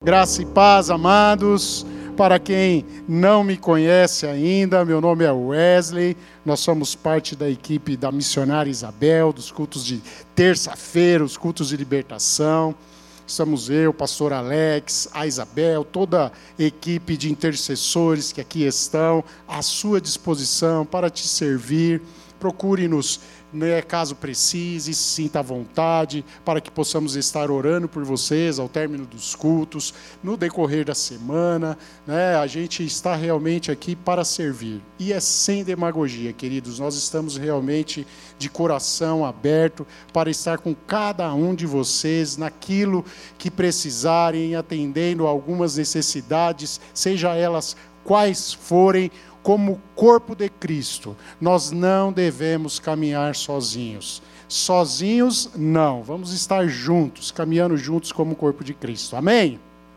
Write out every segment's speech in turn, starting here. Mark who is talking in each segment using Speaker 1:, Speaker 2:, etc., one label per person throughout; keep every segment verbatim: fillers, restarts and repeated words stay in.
Speaker 1: Graça e paz, amados. Para quem não me conhece ainda, meu nome é Wesley. Nós somos parte da equipe da Missionária Isabel, dos cultos de terça-feira, os cultos de libertação. Estamos eu, pastor Alex, a Isabel, toda a equipe de intercessores que aqui estão à sua disposição para te servir. Procure-nos, né, caso precise, sinta à vontade, para que possamos estar orando por vocês ao término dos cultos, no decorrer da semana, né, a gente está realmente aqui para servir, e é sem demagogia, queridos, nós estamos realmente de coração aberto para estar com cada um de vocês, naquilo que precisarem, atendendo a algumas necessidades, seja elas quais forem. Como corpo de Cristo, nós não devemos caminhar sozinhos. Sozinhos, não. Vamos estar juntos, caminhando juntos como corpo de Cristo. Amém?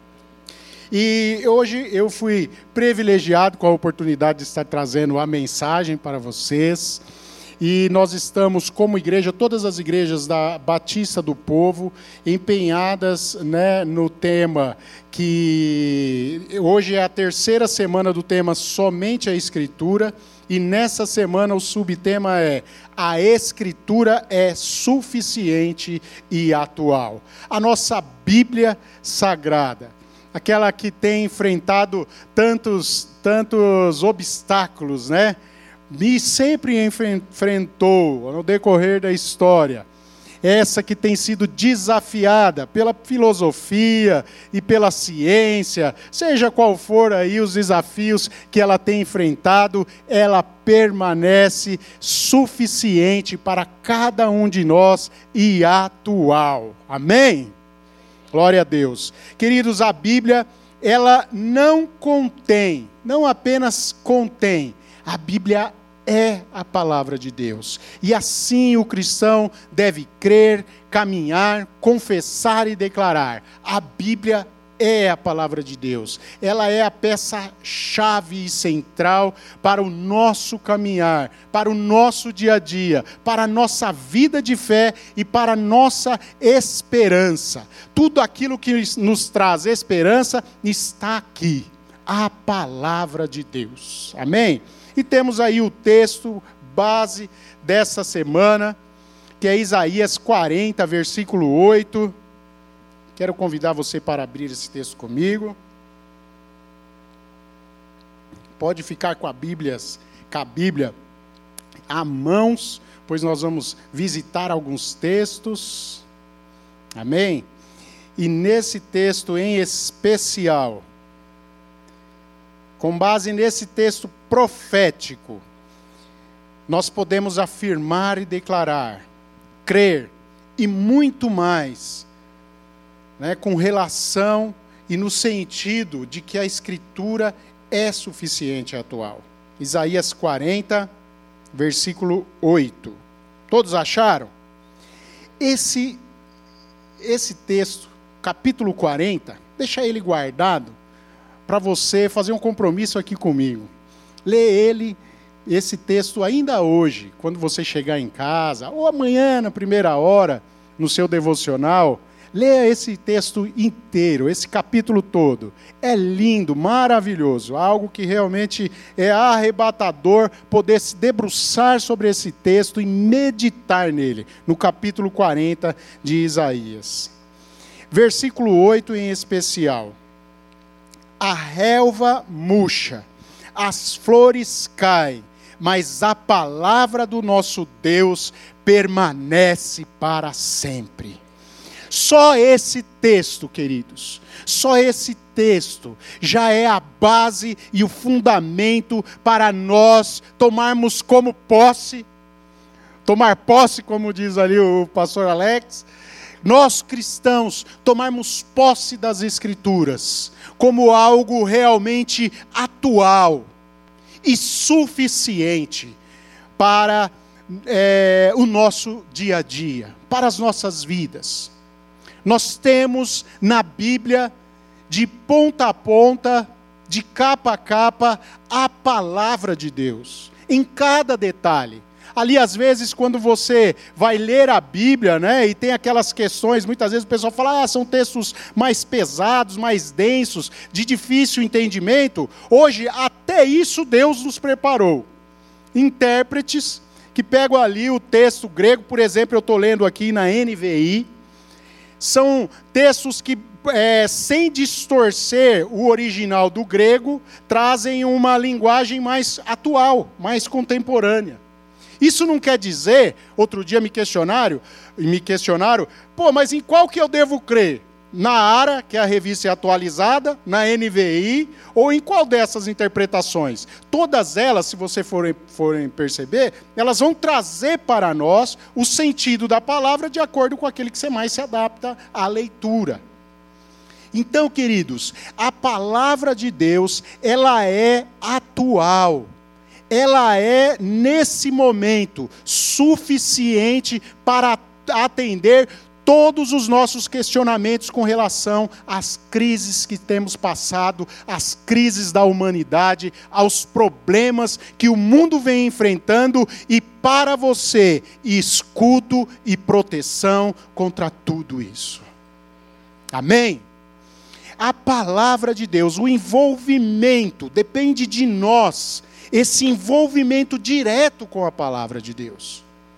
Speaker 1: E hoje eu fui privilegiado com a oportunidade de estar trazendo a mensagem para vocês. E nós estamos, como igreja, todas as igrejas da Batista do Povo, empenhadas, né, no tema que hoje é a terceira semana do tema Somente a Escritura, e nessa semana o subtema é A Escritura é Suficiente e Atual. A nossa Bíblia Sagrada, aquela que tem enfrentado tantos, tantos obstáculos, né? E sempre enfrentou, no decorrer da história, essa que tem sido desafiada pela filosofia e pela ciência, seja qual for aí os desafios que ela tem enfrentado, ela permanece suficiente para cada um de nós e atual. Amém? Glória a Deus. Queridos, a Bíblia, ela não contém, não apenas contém, a Bíblia é a palavra de Deus. E assim o cristão deve crer, caminhar, confessar e declarar. A Bíblia é a palavra de Deus. Ela é a peça-chave e central para o nosso caminhar, para o nosso dia a dia, para a nossa vida de fé e para a nossa esperança. Tudo aquilo que nos traz esperança está aqui. A palavra de Deus. Amém? E temos aí o texto base dessa semana, que é Isaías quarenta, versículo oito. Quero convidar você para abrir esse texto comigo. Pode ficar com a Bíblia, com a Bíblia à mãos, pois nós vamos visitar alguns textos. Amém? E nesse texto em especial, com base nesse texto profético, nós podemos afirmar e declarar, crer e muito mais, né, com relação e no sentido de que a Escritura é suficiente e atual. Isaías quarenta, versículo oito. Todos acharam? Esse, esse texto, capítulo quarenta, deixa ele guardado, para você fazer um compromisso aqui comigo. Lê ele, esse texto ainda hoje, quando você chegar em casa, ou amanhã, na primeira hora, no seu devocional, leia esse texto inteiro, esse capítulo todo. É lindo, maravilhoso, algo que realmente é arrebatador poder se debruçar sobre esse texto e meditar nele, no capítulo quarenta de Isaías. Versículo oito em especial. A relva murcha, as flores caem, mas a palavra do nosso Deus permanece para sempre. Só esse texto, queridos, só esse texto já é a base e o fundamento para nós tomarmos como posse, tomar posse, como diz ali o pastor Alex, nós cristãos tomarmos posse das Escrituras como algo realmente atual e suficiente para é, o nosso dia a dia, para as nossas vidas. Nós temos na Bíblia, de ponta a ponta, de capa a capa, a palavra de Deus, em cada detalhe. Ali, às vezes, quando você vai ler a Bíblia, né, e tem aquelas questões, muitas vezes o pessoal fala, ah, são textos mais pesados, mais densos, de difícil entendimento. Hoje, até isso Deus nos preparou. Intérpretes que pegam ali o texto grego, por exemplo, eu estou lendo aqui na N V I, são textos que, é, sem distorcer o original do grego, trazem uma linguagem mais atual, mais contemporânea. Isso não quer dizer, outro dia me questionaram, me questionaram, pô, mas em qual que eu devo crer? Na ARA, que é a revista atualizada, na N V I, ou em qual dessas interpretações? Todas elas, se vocês forem, forem perceber, elas vão trazer para nós o sentido da palavra de acordo com aquele que você mais se adapta à leitura. Então, queridos, a palavra de Deus, ela é atual. Ela é, nesse momento, suficiente para atender todos os nossos questionamentos com relação às crises que temos passado, às crises da humanidade, aos problemas que o mundo vem enfrentando, e para você, escudo e proteção contra tudo isso. Amém? A palavra de Deus, o envolvimento, depende de nós, esse envolvimento direto com a palavra de Deus.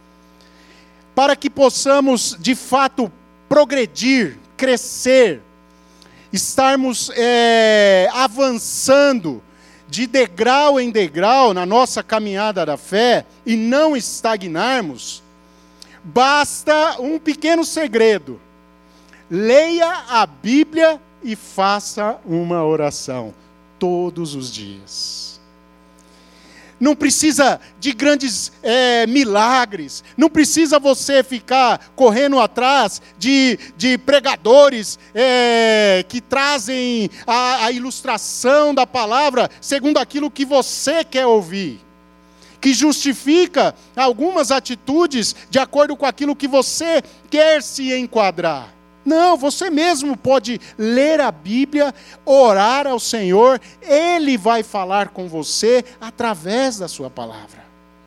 Speaker 1: Para que possamos, de fato, progredir, crescer, estarmos é, avançando de degrau em degrau na nossa caminhada da fé e não estagnarmos, basta um pequeno segredo. Leia a Bíblia e faça uma oração todos os dias. Não precisa de grandes é, milagres, não precisa você ficar correndo atrás de, de pregadores é, que trazem a, a ilustração da palavra segundo aquilo que você quer ouvir, que justifica algumas atitudes de acordo com aquilo que você quer se enquadrar. Não, você mesmo pode ler a Bíblia, orar ao Senhor, Ele vai falar com você através da sua palavra.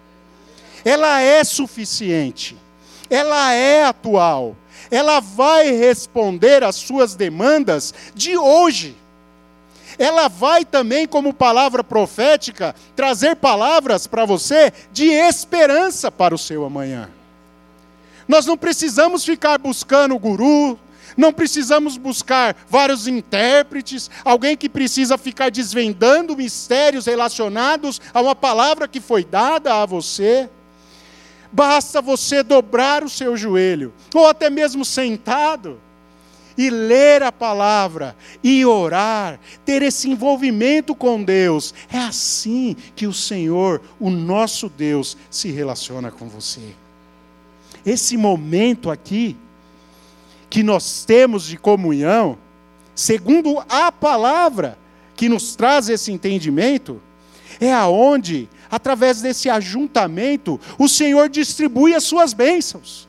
Speaker 1: Ela é suficiente, ela é atual, ela vai responder às suas demandas de hoje. Ela vai também, como palavra profética, trazer palavras para você de esperança para o seu amanhã. Nós não precisamos ficar buscando o guru, não precisamos buscar vários intérpretes, alguém que precisa ficar desvendando mistérios relacionados a uma palavra que foi dada a você. Basta você dobrar o seu joelho, ou até mesmo sentado, e ler a palavra, e orar, ter esse envolvimento com Deus. É assim que o Senhor, o nosso Deus, se relaciona com você. Esse momento aqui, que nós temos de comunhão, segundo a palavra que nos traz esse entendimento, é aonde, através desse ajuntamento, o Senhor distribui as suas bênçãos.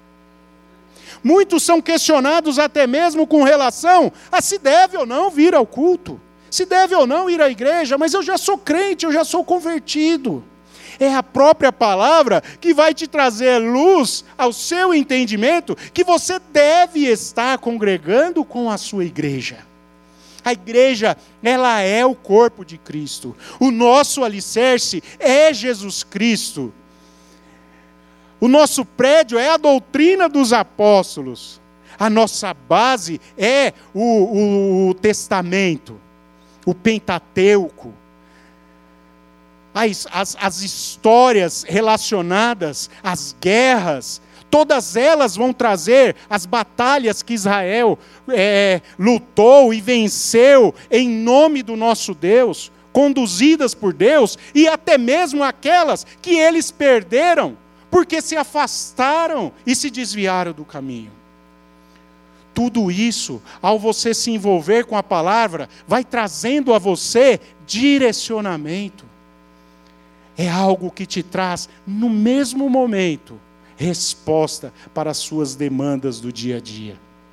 Speaker 1: Muitos são questionados até mesmo com relação a se deve ou não vir ao culto, se deve ou não ir à igreja, mas eu já sou crente, eu já sou convertido. É a própria palavra que vai te trazer luz ao seu entendimento que você deve estar congregando com a sua igreja. A igreja, ela é o corpo de Cristo. O nosso alicerce é Jesus Cristo. O nosso prédio é a doutrina dos apóstolos. A nossa base é o, o, o testamento, o Pentateuco. As, as, as histórias relacionadas às guerras, todas elas vão trazer as batalhas que Israel é, lutou e venceu em nome do nosso Deus, conduzidas por Deus, e até mesmo aquelas que eles perderam, porque se afastaram e se desviaram do caminho. Tudo isso, ao você se envolver com a palavra, vai trazendo a você direcionamento. É algo que te traz, no mesmo momento, resposta para as suas demandas do dia a dia.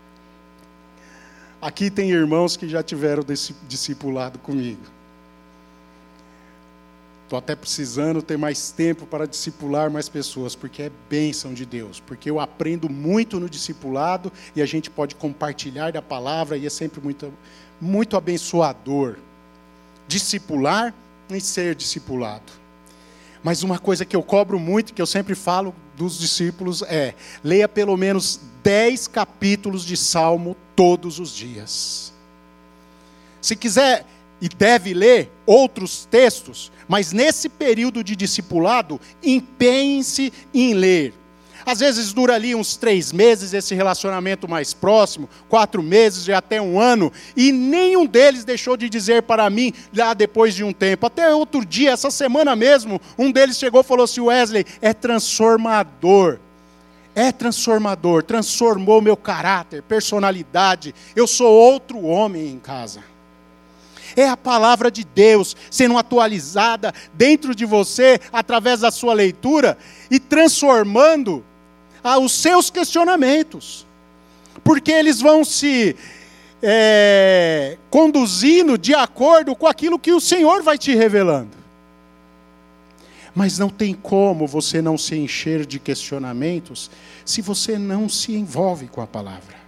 Speaker 1: Aqui tem irmãos que já tiveram desse discipulado comigo. Estou até precisando ter mais tempo para discipular mais pessoas, porque é bênção de Deus, porque eu aprendo muito no discipulado e a gente pode compartilhar da palavra e é sempre muito, muito abençoador discipular e ser discipulado. Mas uma coisa que eu cobro muito, que eu sempre falo dos discípulos é, leia pelo menos dez capítulos de Salmo todos os dias. Se quiser e deve ler outros textos, mas nesse período de discipulado, empenhe-se em ler. Às vezes dura ali uns três meses, esse relacionamento mais próximo, quatro meses e até um ano, e nenhum deles deixou de dizer para mim, lá depois de um tempo, até outro dia, essa semana mesmo, um deles chegou e falou assim, Wesley, é transformador. É transformador, transformou meu caráter, personalidade, eu sou outro homem em casa. É a palavra de Deus sendo atualizada dentro de você, através da sua leitura, e transformando ah, os seus questionamentos. Porque eles vão se é, conduzindo de acordo com aquilo que o Senhor vai te revelando. Mas não tem como você não se encher de questionamentos se você não se envolve com a palavra.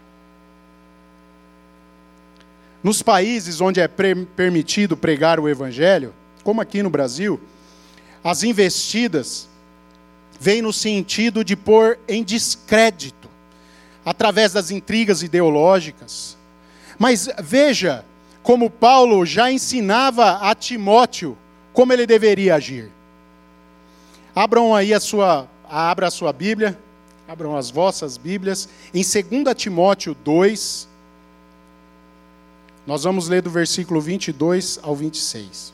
Speaker 1: Nos países onde é pre- permitido pregar o Evangelho, como aqui no Brasil, as investidas vêm no sentido de pôr em descrédito, através das intrigas ideológicas. Mas veja como Paulo já ensinava a Timóteo como ele deveria agir. Abram aí a sua, abra a sua Bíblia, abram as vossas Bíblias, em dois Timóteo dois, nós vamos ler do versículo vinte e dois ao vinte e seis.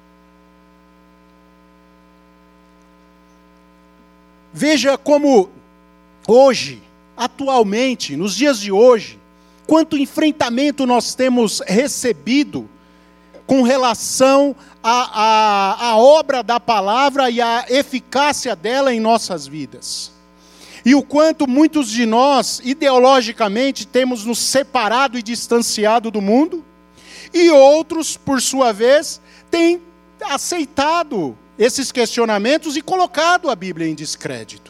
Speaker 1: Veja como hoje, atualmente, nos dias de hoje, quanto enfrentamento nós temos recebido com relação à, à, à obra da palavra e à eficácia dela em nossas vidas. E o quanto muitos de nós, ideologicamente, temos nos separado e distanciado do mundo, e outros, por sua vez, têm aceitado esses questionamentos e colocado a Bíblia em descrédito.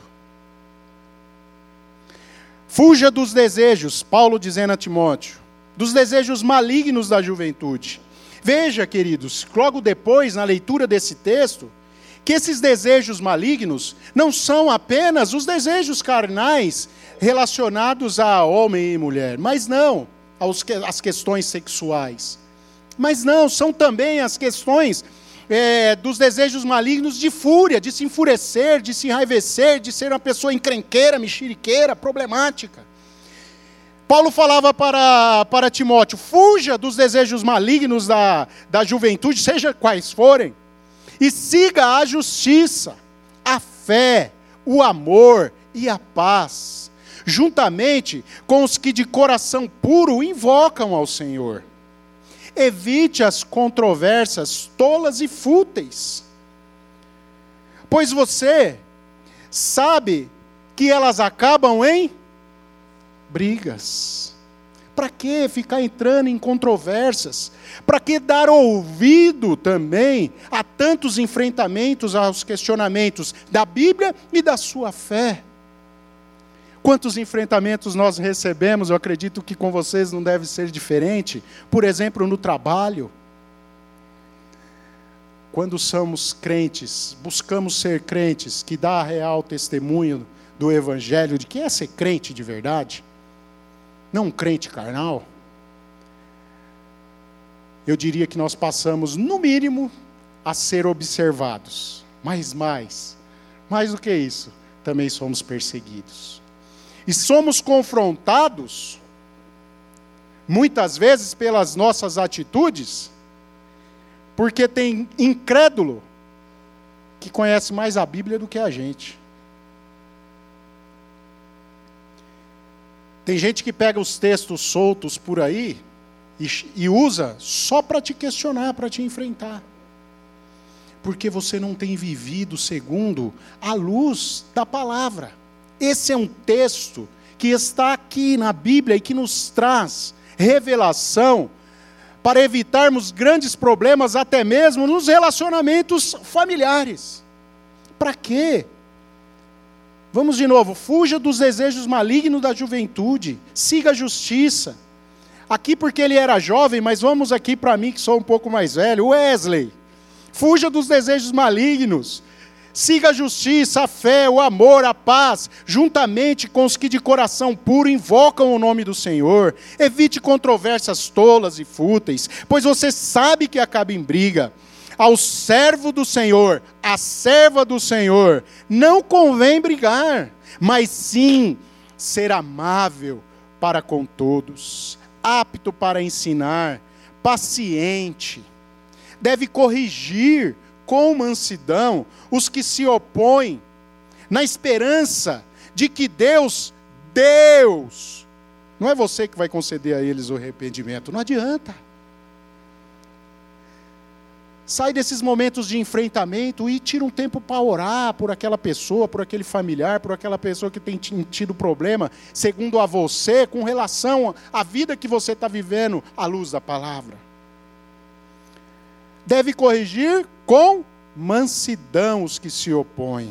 Speaker 1: Fuja dos desejos, Paulo dizendo a Timóteo, dos desejos malignos da juventude. Veja, queridos, logo depois, na leitura desse texto, que esses desejos malignos não são apenas os desejos carnais relacionados a homem e mulher, mas não aos, as questões sexuais. Mas não, são também as questões é, dos desejos malignos de fúria, de se enfurecer, de se enraivecer, de ser uma pessoa encrenqueira, mexeriqueira, problemática. Paulo falava para, para Timóteo, fuja dos desejos malignos da, da juventude, seja quais forem, e siga a justiça, a fé, o amor e a paz, juntamente com os que de coração puro invocam ao Senhor. Evite as controvérsias tolas e fúteis, pois você sabe que elas acabam em brigas. Para que ficar entrando em controvérsias? Para que dar ouvido também a tantos enfrentamentos, aos questionamentos da Bíblia e da sua fé? Quantos enfrentamentos nós recebemos, eu acredito que com vocês não deve ser diferente. Por exemplo, no trabalho. Quando somos crentes, buscamos ser crentes, que dá real testemunho do Evangelho, de que é ser crente de verdade, não um crente carnal, eu diria que nós passamos, no mínimo, a ser observados. Mas mais, mais do que isso, também somos perseguidos. E somos confrontados, muitas vezes, pelas nossas atitudes, porque tem incrédulo que conhece mais a Bíblia do que a gente. Tem gente que pega os textos soltos por aí e, e usa só para te questionar, para te enfrentar. Porque você não tem vivido segundo a luz da palavra. Esse é um texto que está aqui na Bíblia e que nos traz revelação para evitarmos grandes problemas até mesmo nos relacionamentos familiares. Para quê? Vamos de novo, fuja dos desejos malignos da juventude, siga a justiça. Aqui porque ele era jovem, mas vamos aqui para mim que sou um pouco mais velho, Wesley. Fuja dos desejos malignos, siga a justiça, a fé, o amor, a paz, juntamente com os que de coração puro invocam o nome do Senhor. Evite controvérsias tolas e fúteis, pois você sabe que acaba em briga. Ao servo do Senhor, à serva do Senhor, não convém brigar, mas sim ser amável para com todos, apto para ensinar, paciente. Deve corrigir com mansidão os que se opõem, na esperança de que Deus, Deus, não é você que vai conceder a eles o arrependimento, não adianta. Sai desses momentos de enfrentamento e tira um tempo para orar por aquela pessoa, por aquele familiar, por aquela pessoa que tem tido problema, segundo a você, com relação à vida que você está vivendo, à luz da palavra. Deve corrigir com mansidão os que se opõem.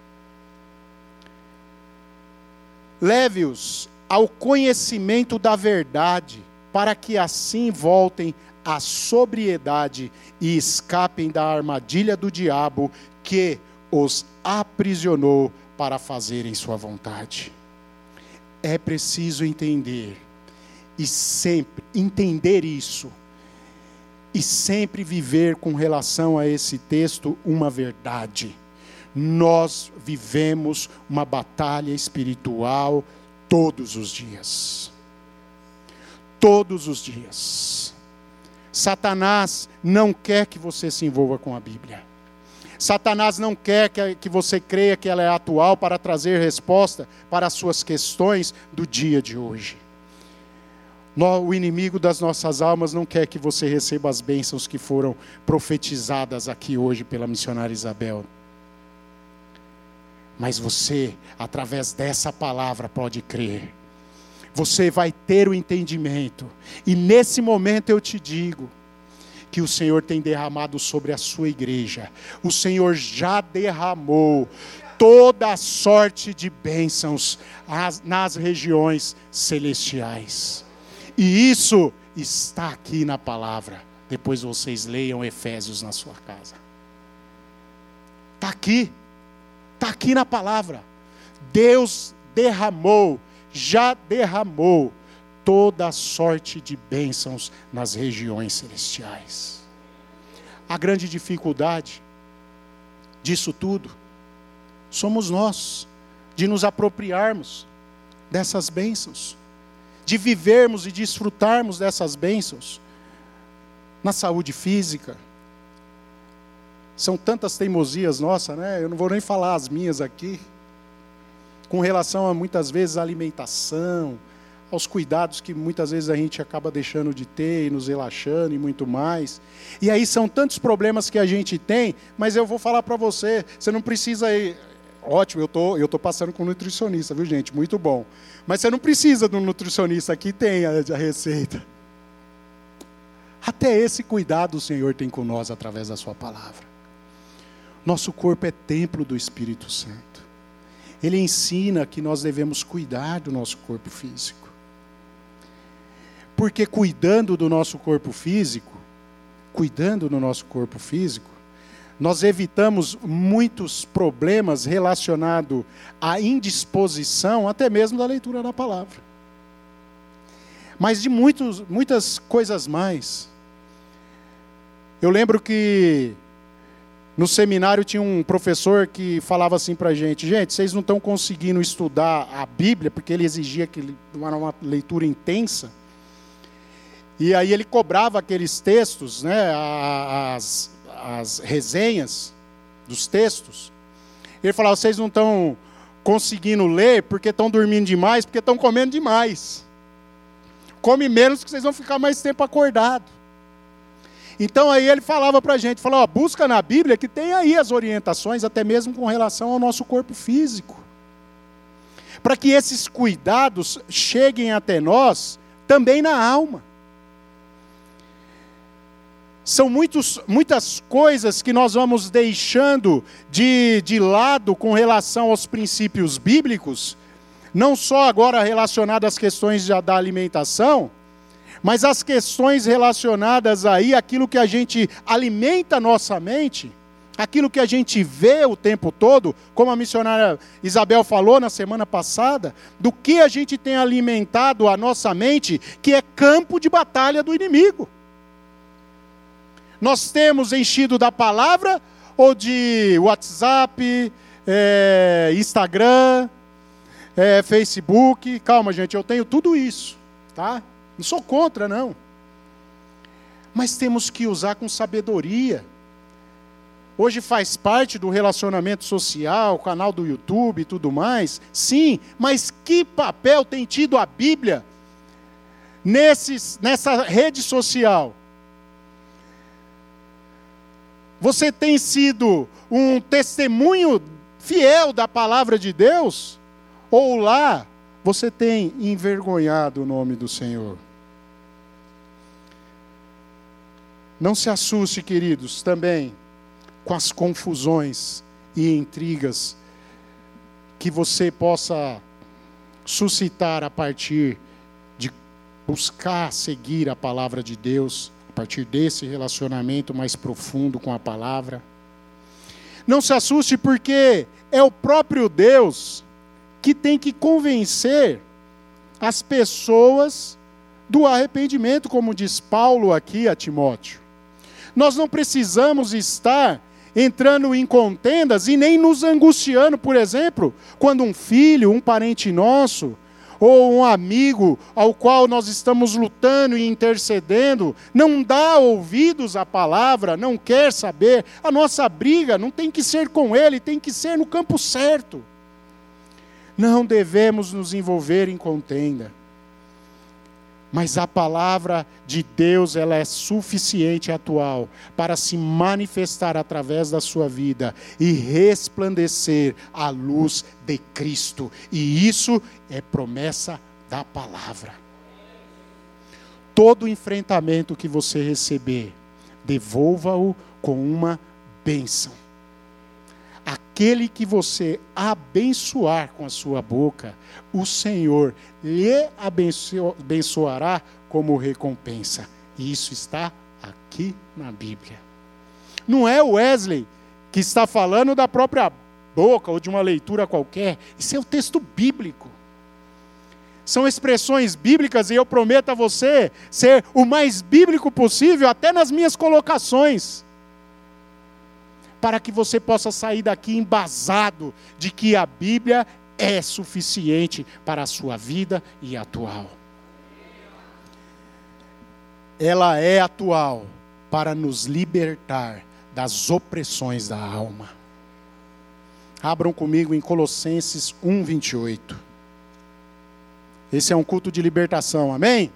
Speaker 1: Leve-os ao conhecimento da verdade, para que assim voltem à sobriedade e escapem da armadilha do diabo que os aprisionou para fazerem sua vontade. É preciso entender, e sempre entender isso, e sempre viver com relação a esse texto uma verdade. Nós vivemos uma batalha espiritual todos os dias. Todos os dias. Satanás não quer que você se envolva com a Bíblia. Satanás não quer que, que você creia que ela é atual para trazer resposta para as suas questões do dia de hoje. O inimigo das nossas almas não quer que você receba as bênçãos que foram profetizadas aqui hoje pela missionária Isabel. Mas você, através dessa palavra, pode crer. Você vai ter o entendimento. E nesse momento eu te digo que o Senhor tem derramado sobre a sua igreja. O Senhor já derramou toda a sorte de bênçãos nas regiões celestiais. E isso está aqui na palavra. Depois vocês leiam Efésios na sua casa. Está aqui. Está aqui na palavra. Deus derramou, já derramou toda a sorte de bênçãos nas regiões celestiais. A grande dificuldade disso tudo somos nós, de nos apropriarmos dessas bênçãos, de vivermos e desfrutarmos dessas bênçãos na saúde física. São tantas teimosias nossas, né? Eu não vou nem falar as minhas aqui, com relação a muitas vezes a alimentação, aos cuidados que muitas vezes a gente acaba deixando de ter e nos relaxando e muito mais. E aí são tantos problemas que a gente tem, mas eu vou falar para você, você não precisa ir... Ótimo, eu tô, eu tô passando com um nutricionista, viu gente? Muito bom. Mas você não precisa de um nutricionista, aqui tem a, a receita. Até esse cuidado o Senhor tem com nós através da sua palavra. Nosso corpo é templo do Espírito Santo. Ele ensina que nós devemos cuidar do nosso corpo físico. Porque cuidando do nosso corpo físico, cuidando do nosso corpo físico, nós evitamos muitos problemas relacionados à indisposição, até mesmo da leitura da palavra. Mas de muitos, muitas coisas mais. Eu lembro que no seminário tinha um professor que falava assim para a gente, gente, vocês não estão conseguindo estudar a Bíblia, porque ele exigia que era uma leitura intensa. E aí ele cobrava aqueles textos, né, as, as resenhas dos textos. Ele falava, vocês não estão conseguindo ler porque estão dormindo demais, porque estão comendo demais. Come menos que vocês vão ficar mais tempo acordados. Então aí ele falava para a gente, falou, ó, busca na Bíblia que tem aí as orientações, até mesmo com relação ao nosso corpo físico. Para que esses cuidados cheguem até nós, também na alma. São muitos, muitas coisas que nós vamos deixando de, de lado com relação aos princípios bíblicos, não só agora relacionadas às questões de, da alimentação, mas as questões relacionadas aí àquilo que a gente alimenta a nossa mente, aquilo que a gente vê o tempo todo, como a missionária Isabel falou na semana passada, do que a gente tem alimentado a nossa mente, que é campo de batalha do inimigo. Nós temos enchido da palavra ou de WhatsApp, é, Instagram, é, Facebook? Calma, gente, eu tenho tudo isso, tá? Não sou contra, não. Mas temos que usar com sabedoria. Hoje faz parte do relacionamento social, canal do YouTube e tudo mais. Sim, mas que papel tem tido a Bíblia nesses, nessa rede social? Você tem sido um testemunho fiel da palavra de Deus? Ou lá você tem envergonhado o nome do Senhor? Não se assuste, queridos, também com as confusões e intrigas que você possa suscitar a partir de buscar seguir a palavra de Deus, a partir desse relacionamento mais profundo com a palavra. Não se assuste, porque é o próprio Deus que tem que convencer as pessoas do arrependimento, como diz Paulo aqui a Timóteo. Nós não precisamos estar entrando em contendas e nem nos angustiando, por exemplo, quando um filho, um parente nosso, ou um amigo ao qual nós estamos lutando e intercedendo, não dá ouvidos à palavra, não quer saber. A nossa briga não tem que ser com ele, tem que ser no campo certo. Não devemos nos envolver em contenda. Mas a palavra de Deus, ela é suficiente e atual para se manifestar através da sua vida e resplandecer a luz de Cristo. E isso é promessa da palavra. Todo enfrentamento que você receber, devolva-o com uma bênção. Aquele que você abençoar com a sua boca, o Senhor lhe abençoará como recompensa. E isso está aqui na Bíblia. Não é o Wesley que está falando da própria boca ou de uma leitura qualquer. Isso é o texto bíblico. São expressões bíblicas e eu prometo a você ser o mais bíblico possível, até nas minhas colocações, para que você possa sair daqui embasado de que a Bíblia é suficiente para a sua vida e atual. Ela é atual para nos libertar das opressões da alma. Abram comigo em Colossenses um, vinte e oito. Esse é um culto de libertação, amém?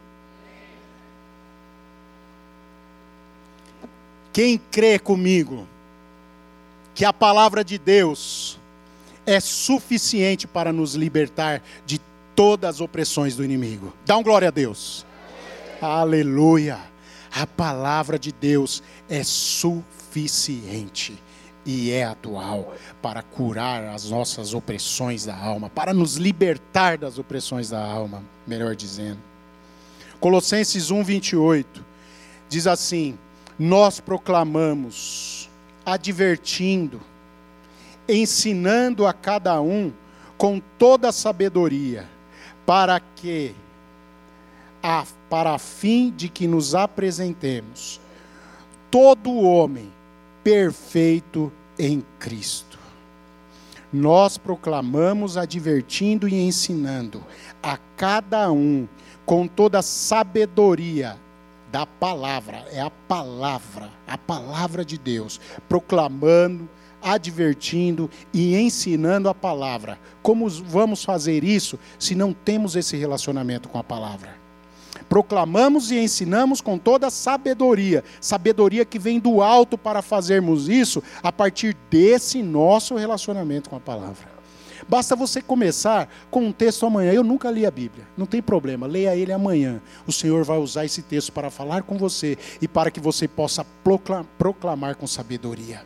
Speaker 1: Quem crê comigo que a palavra de Deus é suficiente para nos libertar de todas as opressões do inimigo? Dá um glória a Deus. Amém. Aleluia. A palavra de Deus é suficiente e é atual para curar as nossas opressões da alma, para nos libertar das opressões da alma, melhor dizendo. Colossenses um, vinte e oito diz assim: nós proclamamos, advertindo, ensinando a cada um com toda a sabedoria, para que, a, para a fim de que nos apresentemos todo homem perfeito em Cristo. Nós proclamamos, advertindo e ensinando a cada um com toda a sabedoria da palavra, é a palavra, a palavra de Deus, proclamando, advertindo e ensinando a palavra. Como vamos fazer isso se não temos esse relacionamento com a palavra? Proclamamos e ensinamos com toda a sabedoria, sabedoria que vem do alto para fazermos isso a partir desse nosso relacionamento com a palavra. Basta você começar com um texto amanhã. Eu nunca li a Bíblia, não tem problema, leia ele amanhã. O Senhor vai usar esse texto para falar com você e para que você possa proclamar com sabedoria.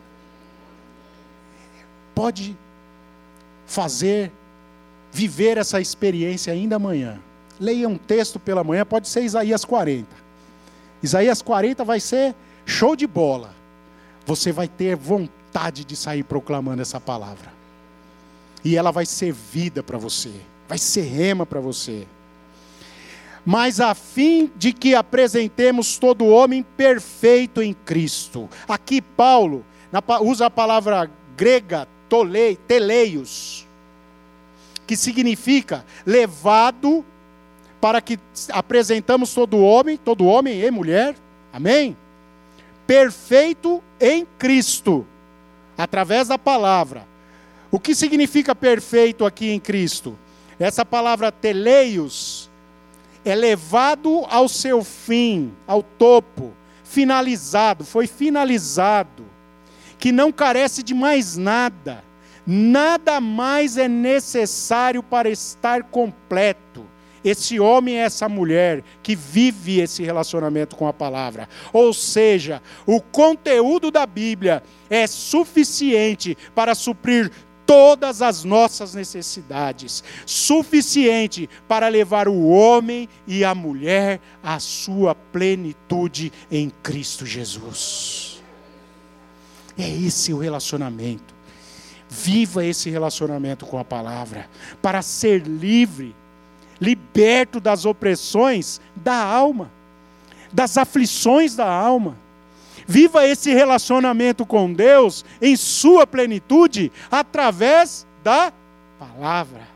Speaker 1: Pode fazer, viver essa experiência ainda amanhã. Leia um texto pela manhã, pode ser Isaías quarenta. Isaías quarenta vai ser show de bola. Você vai ter vontade de sair proclamando essa palavra. E ela vai ser vida para você, vai ser rema para você. Mas a fim de que apresentemos todo homem perfeito em Cristo. Aqui Paulo usa a palavra grega tolei, teleios, que significa levado para que apresentamos todo homem, todo homem e mulher, amém? Perfeito em Cristo, através da palavra. O que significa perfeito aqui em Cristo? Essa palavra teleios é levado ao seu fim, ao topo, finalizado, foi finalizado, que não carece de mais nada, nada mais é necessário para estar completo. Esse homem e essa mulher que vive esse relacionamento com a palavra. Ou seja, o conteúdo da Bíblia é suficiente para suprir todas as nossas necessidades, suficiente para levar o homem e a mulher à sua plenitude em Cristo Jesus. É esse o relacionamento. Viva esse relacionamento com a palavra, para ser livre, liberto das opressões da alma, das aflições da alma. Viva esse relacionamento com Deus em sua plenitude através da palavra.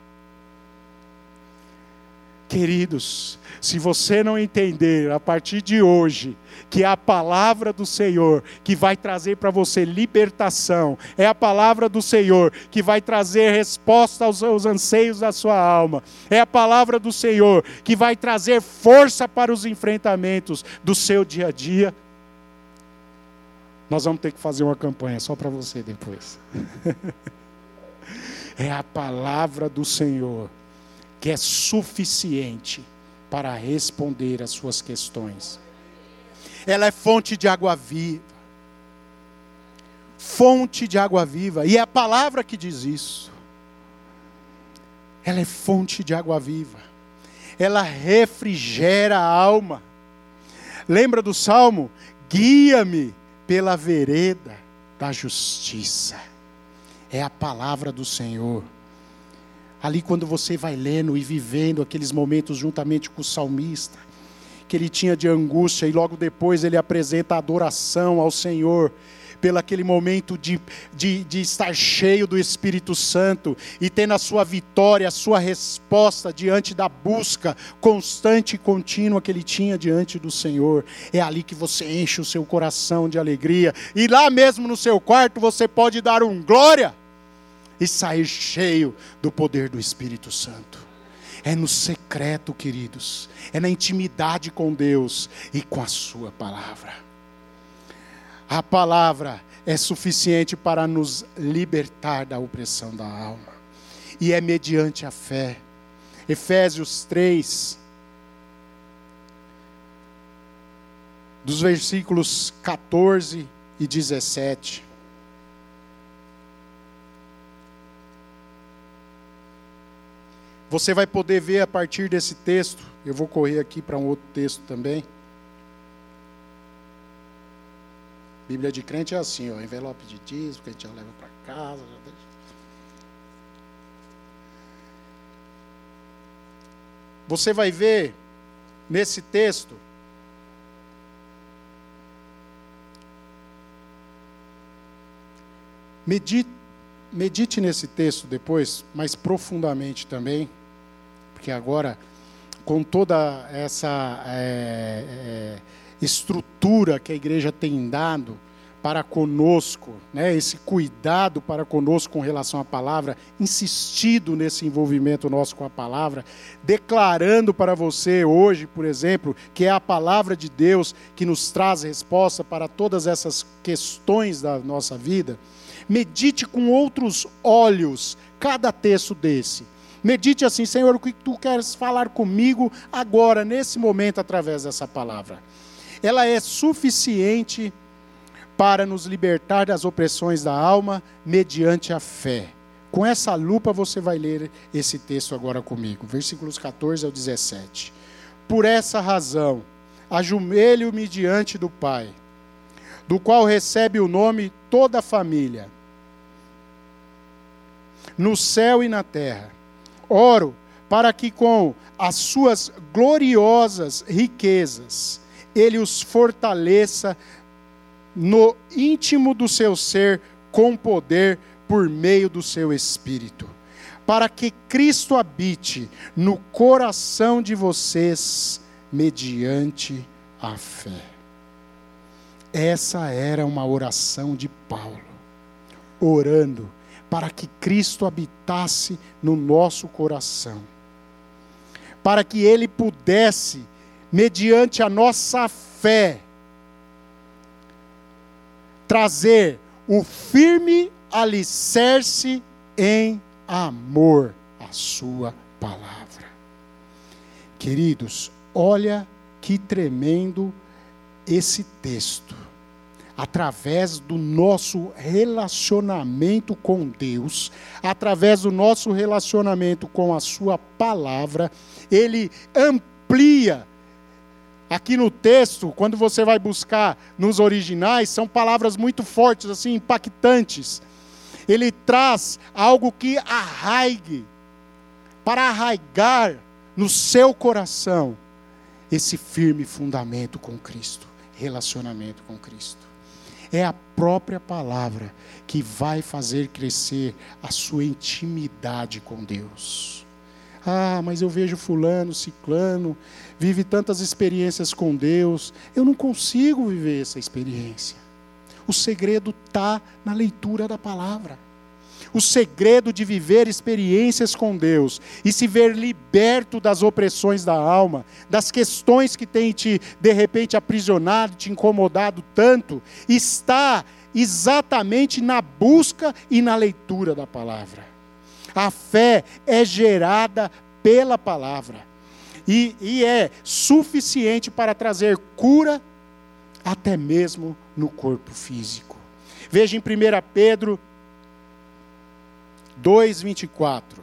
Speaker 1: Queridos, se você não entender a partir de hoje que é a palavra do Senhor que vai trazer para você libertação, é a palavra do Senhor que vai trazer resposta aos, aos anseios da sua alma, é a palavra do Senhor que vai trazer força para os enfrentamentos do seu dia a dia, nós vamos ter que fazer uma campanha só para você depois. É a palavra do Senhor que é suficiente para responder às suas questões. Ela é fonte de água viva. Fonte de água viva. E é a palavra que diz isso. Ela é fonte de água viva. Ela refrigera a alma. Lembra do Salmo? Guia-me pela vereda da justiça. É a palavra do Senhor. Ali quando você vai lendo e vivendo aqueles momentos juntamente com o salmista, que ele tinha de angústia, e logo depois ele apresenta a adoração ao Senhor, pelo aquele momento de, de, de estar cheio do Espírito Santo, e tendo a sua vitória, a sua resposta diante da busca constante e contínua que ele tinha diante do Senhor. É ali que você enche o seu coração de alegria, e lá mesmo no seu quarto você pode dar um glória, e sair cheio do poder do Espírito Santo. É no secreto, queridos, é na intimidade com Deus e com a sua palavra. A palavra é suficiente para nos libertar da opressão da alma, e é mediante a fé. Efésios três, dos versículos catorze e dezessete. Você vai poder ver a partir desse texto. Eu vou correr aqui para um outro texto também. Bíblia de crente é assim, ó, envelope de dízimo que a gente já leva para casa. Já deixa. Você vai ver nesse texto medite, medite nesse texto depois, mais profundamente também. Porque agora, com toda essa é, é, estrutura que a igreja tem dado para conosco, né, esse cuidado para conosco com relação à palavra, insistido nesse envolvimento nosso com a palavra, declarando para você hoje, por exemplo, que é a palavra de Deus que nos traz resposta para todas essas questões da nossa vida. medite com outros olhos cada texto desse. Medite assim: Senhor, o que tu queres falar comigo agora, nesse momento, através dessa palavra? Ela é suficiente para nos libertar das opressões da alma, mediante a fé. Com essa lupa você vai ler esse texto agora comigo, versículos catorze ao dezessete. Por essa razão, ajoelho-me diante do Pai, do qual recebe o nome toda a família, no céu e na terra. Oro para que com as suas gloriosas riquezas, Ele os fortaleça no íntimo do seu ser, com poder, por meio do seu Espírito, para que Cristo habite no coração de vocês, mediante a fé. Essa era uma oração de Paulo, orando para que Cristo habitasse no nosso coração, para que Ele pudesse, mediante a nossa fé, trazer o firme alicerce em amor à sua palavra. Queridos, olha que tremendo esse texto. Através do nosso relacionamento com Deus, através do nosso relacionamento com a sua palavra, Ele amplia. Aqui no texto, quando você vai buscar nos originais, são palavras muito fortes, assim, impactantes. Ele traz algo que arraigue, para arraigar no seu coração esse firme fundamento com Cristo, relacionamento com Cristo. É a própria palavra que vai fazer crescer a sua intimidade com Deus. Ah, mas eu vejo fulano, ciclano, vive tantas experiências com Deus. Eu não consigo viver essa experiência. O segredo está na leitura da palavra. O segredo de viver experiências com Deus e se ver liberto das opressões da alma, das questões que têm te, de repente, aprisionado, te incomodado tanto, está exatamente na busca e na leitura da palavra. A fé é gerada pela palavra e, e é suficiente para trazer cura até mesmo no corpo físico. Veja em primeira Pedro dois, vinte e quatro.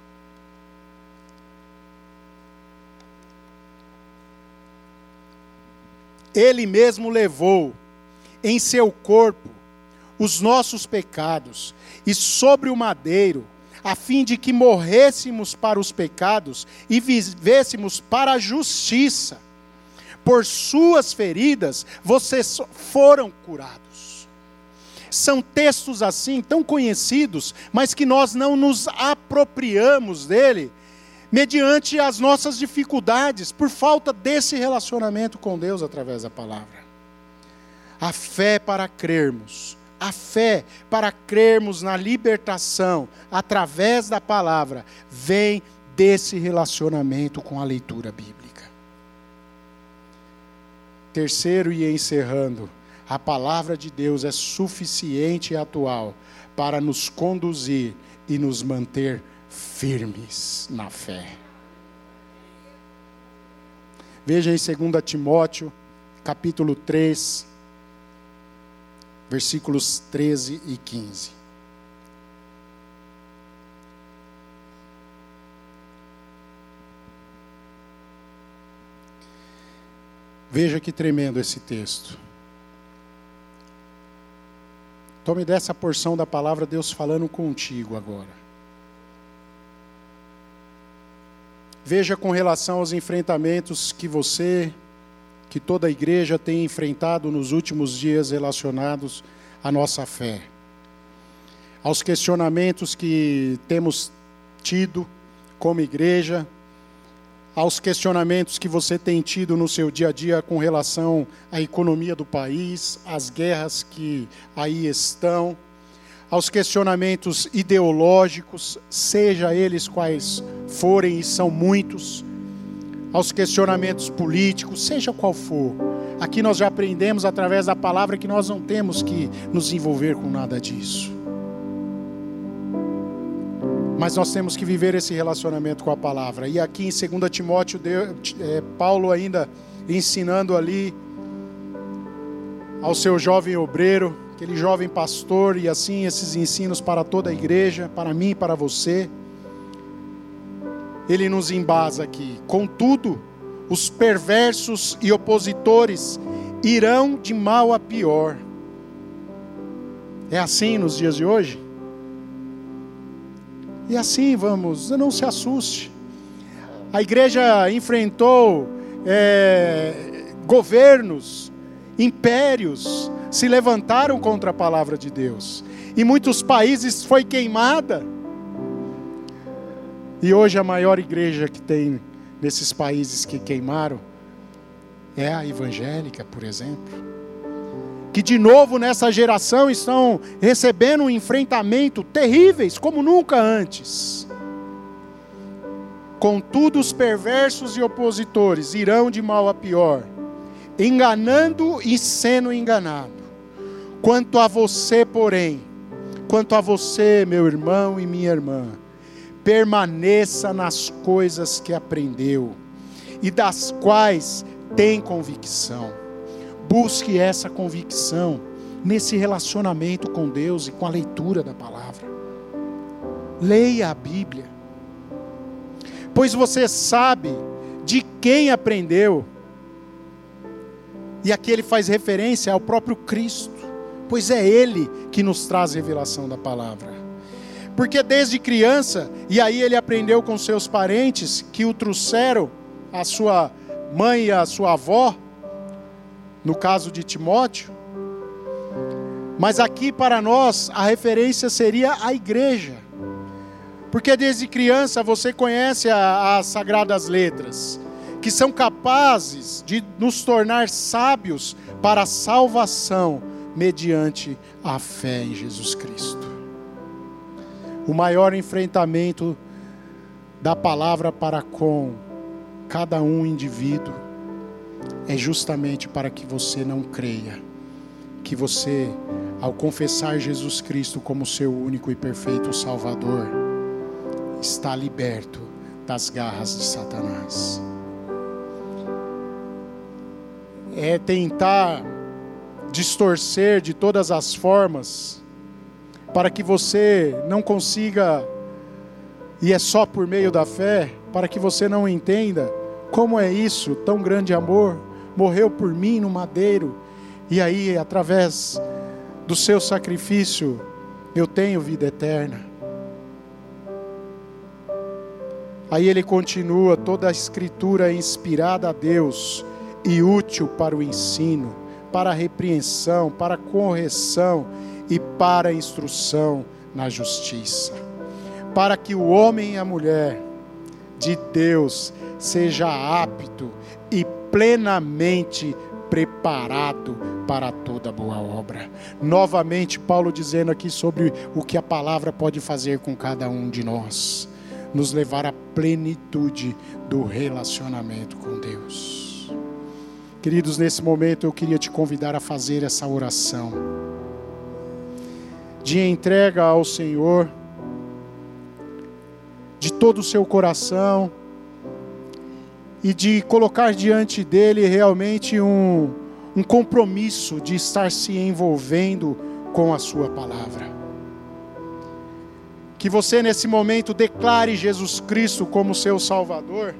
Speaker 1: Ele mesmo levou em seu corpo os nossos pecados e sobre o madeiro, a fim de que morrêssemos para os pecados e vivêssemos para a justiça. Por suas feridas vocês foram curados. São textos assim, tão conhecidos, mas que nós não nos apropriamos dele, mediante as nossas dificuldades, por falta desse relacionamento com Deus através da palavra. A fé para crermos, a fé para crermos na libertação, através da palavra, vem desse relacionamento com a leitura bíblica. Terceiro, e encerrando, a palavra de Deus é suficiente e atual para nos conduzir e nos manter firmes na fé. Veja em dois Timóteo, capítulo três, versículos treze e quinze. Veja que tremendo esse texto. Tome dessa porção da palavra Deus falando contigo agora. Veja com relação aos enfrentamentos que você, que toda a igreja tem enfrentado nos últimos dias relacionados à nossa fé. Aos questionamentos que temos tido como igreja, aos questionamentos que você tem tido no seu dia a dia com relação à economia do país, às guerras que aí estão, aos questionamentos ideológicos, seja eles quais forem, e são muitos, aos questionamentos políticos, seja qual for. Aqui nós já aprendemos através da palavra que nós não temos que nos envolver com nada disso. Mas nós temos que viver esse relacionamento com a palavra. E aqui em dois Timóteo, é, Paulo ainda ensinando ali ao seu jovem obreiro, aquele jovem pastor, e assim esses ensinos para toda a igreja, para mim e para você. Ele nos embasa aqui: contudo, os perversos e opositores irão de mal a pior. É assim nos dias de hoje? E assim vamos, não se assuste. A igreja enfrentou é, governos, impérios, se levantaram contra a palavra de Deus. Em muitos países foi queimada. E hoje a maior igreja que tem nesses países que queimaram é a evangélica, por exemplo. Que de novo nessa geração estão recebendo um enfrentamento terríveis como nunca antes. Contudo, os perversos e opositores irão de mal a pior, enganando e sendo enganado. Quanto a você, porém, quanto a você, meu irmão e minha irmã, permaneça nas coisas que aprendeu e das quais tem convicção. Busque essa convicção nesse relacionamento com Deus e com a leitura da palavra. Leia a Bíblia, pois você sabe de quem aprendeu. E aqui ele faz referência ao próprio Cristo, pois é Ele que nos traz revelação da palavra. Porque desde criança, e aí ele aprendeu com seus parentes que o trouxeram, a sua mãe e a sua avó, no caso de Timóteo. Mas aqui para nós a referência seria a igreja, porque desde criança você conhece a, as sagradas letras, que são capazes de nos tornar sábios para a salvação mediante a fé em Jesus Cristo. O maior enfrentamento da palavra para com cada um indivíduo é justamente para que você não creia, que você, ao confessar Jesus Cristo como seu único e perfeito Salvador, está liberto das garras de Satanás. É tentar distorcer de todas as formas, para que você não consiga, e é só por meio da fé, para que você não entenda como é isso, tão grande amor, morreu por mim no madeiro, e aí através do seu sacrifício, eu tenho vida eterna. Aí ele continua: toda a escritura é inspirada a Deus, e útil para o ensino, para a repreensão, para a correção, e para a instrução na justiça, para que o homem e a mulher de Deus seja apto e plenamente preparado para toda boa obra. Novamente Paulo dizendo aqui sobre o que a palavra pode fazer com cada um de nós, nos levar à plenitude do relacionamento com Deus. Queridos, nesse momento eu queria te convidar a fazer essa oração de entrega ao Senhor, de todo o seu coração, e de colocar diante dele realmente um, um compromisso de estar se envolvendo com a sua palavra. Que você nesse momento declare Jesus Cristo como seu Salvador,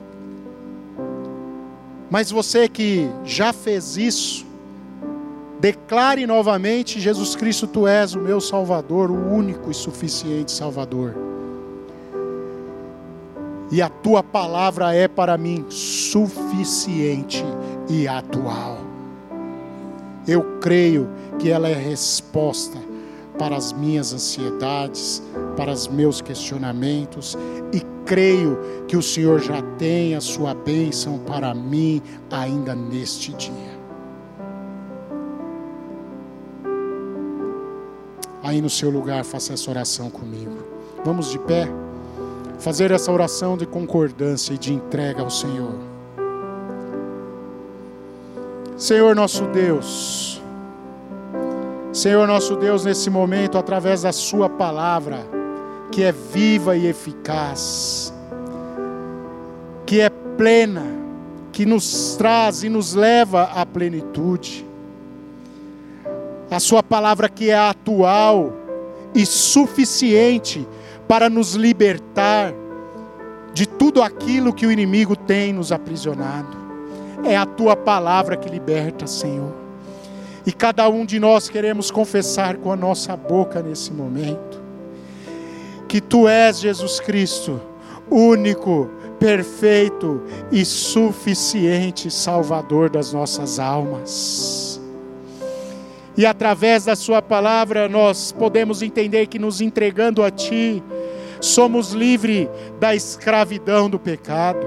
Speaker 1: mas você que já fez isso, declare novamente: Jesus Cristo, Tu és o meu Salvador, o único e suficiente Salvador. E a Tua palavra é para mim suficiente e atual. Eu creio que ela é resposta para as minhas ansiedades, para os meus questionamentos, e creio que o Senhor já tem a sua bênção para mim ainda neste dia. Aí no seu lugar, faça essa oração comigo. Vamos de pé, fazer essa oração de concordância e de entrega ao Senhor. Senhor nosso Deus, Senhor nosso Deus, nesse momento, através da sua palavra, que é viva e eficaz, que é plena, que nos traz e nos leva à plenitude. A sua palavra que é atual e suficiente para nos libertar de tudo aquilo que o inimigo tem nos aprisionado. É a tua palavra que liberta, Senhor. E cada um de nós queremos confessar com a nossa boca nesse momento que tu és Jesus Cristo, único, perfeito e suficiente Salvador das nossas almas. E através da sua palavra nós podemos entender que, nos entregando a ti, somos livres da escravidão do pecado.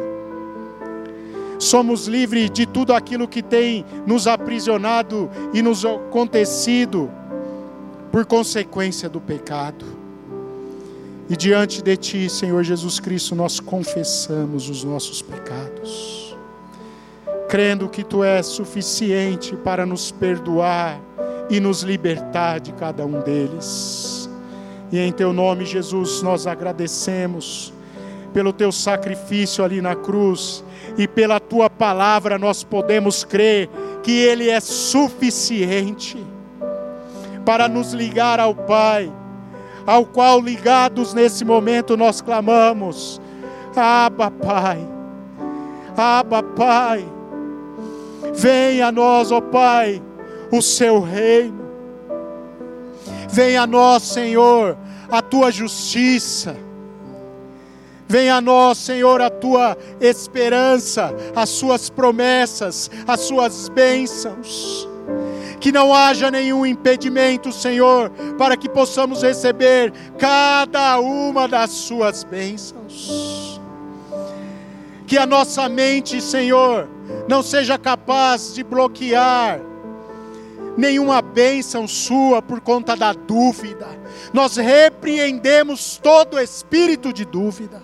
Speaker 1: Somos livres de tudo aquilo que tem nos aprisionado e nos acontecido por consequência do pecado. E diante de ti, Senhor Jesus Cristo, nós confessamos os nossos pecados, crendo que tu és suficiente para nos perdoar e nos libertar de cada um deles. E em teu nome, Jesus, nós agradecemos pelo teu sacrifício ali na cruz, e pela tua palavra nós podemos crer que ele é suficiente para nos ligar ao Pai, ao qual ligados nesse momento nós clamamos: Abba, Pai, Abba, Pai, venha a nós, ó Pai, o seu reino, venha a nós, Senhor, a tua justiça, venha a nós, Senhor, a tua esperança, as suas promessas, as suas bênçãos. Que não haja nenhum impedimento, Senhor, para que possamos receber cada uma das suas bênçãos. Que a nossa mente, Senhor, não seja capaz de bloquear nenhuma bênção sua por conta da dúvida. Nós repreendemos todo espírito de dúvida.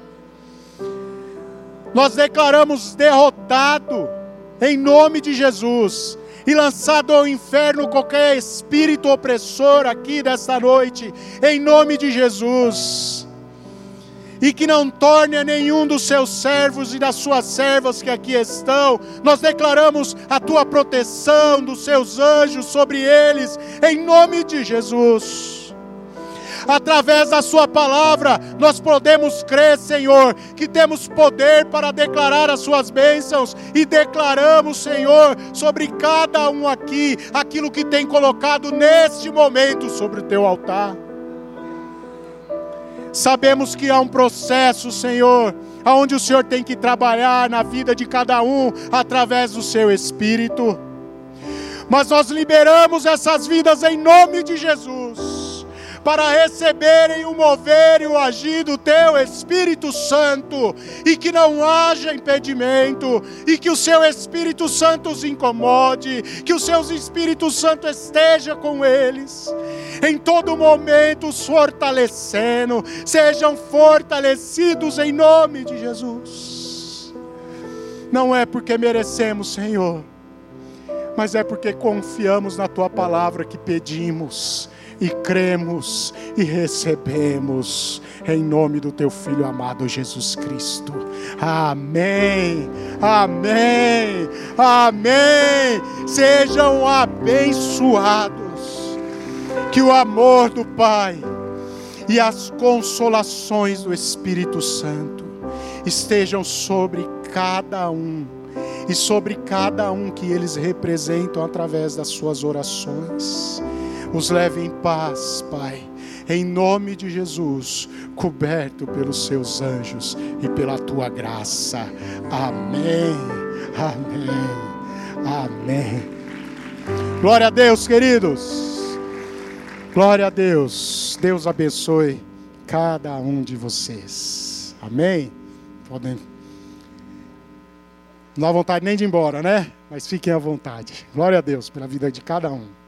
Speaker 1: Nós declaramos derrotado em nome de Jesus, e lançado ao inferno qualquer espírito opressor aqui desta noite, em nome de Jesus. E que não torne a nenhum dos seus servos e das suas servas que aqui estão. Nós declaramos a tua proteção dos seus anjos sobre eles, em nome de Jesus. Através da sua palavra, nós podemos crer, Senhor, que temos poder para declarar as suas bênçãos, e declaramos, Senhor, sobre cada um aqui, aquilo que tem colocado neste momento sobre o teu altar. Sabemos que há um processo, Senhor, onde o Senhor tem que trabalhar na vida de cada um, através do seu Espírito. Mas nós liberamos essas vidas em nome de Jesus, para receberem o mover e o agir do teu Espírito Santo, e que não haja impedimento, e que o seu Espírito Santo os incomode, que o seu Espírito Santo esteja com eles, em todo momento os fortalecendo. Sejam fortalecidos em nome de Jesus. Não é porque merecemos, Senhor, mas é porque confiamos na tua palavra que pedimos, e cremos e recebemos, em nome do teu Filho amado Jesus Cristo. Amém, amém, amém. Sejam abençoados, que o amor do Pai e as consolações do Espírito Santo estejam sobre cada um, e sobre cada um que eles representam através das suas orações. Os leve em paz, Pai, em nome de Jesus, coberto pelos seus anjos e pela tua graça. Amém, amém, amém. Glória a Deus, queridos. Glória a Deus. Deus abençoe cada um de vocês. Amém. Podem. Não dá vontade nem de ir embora, né? Mas fiquem à vontade. Glória a Deus pela vida de cada um.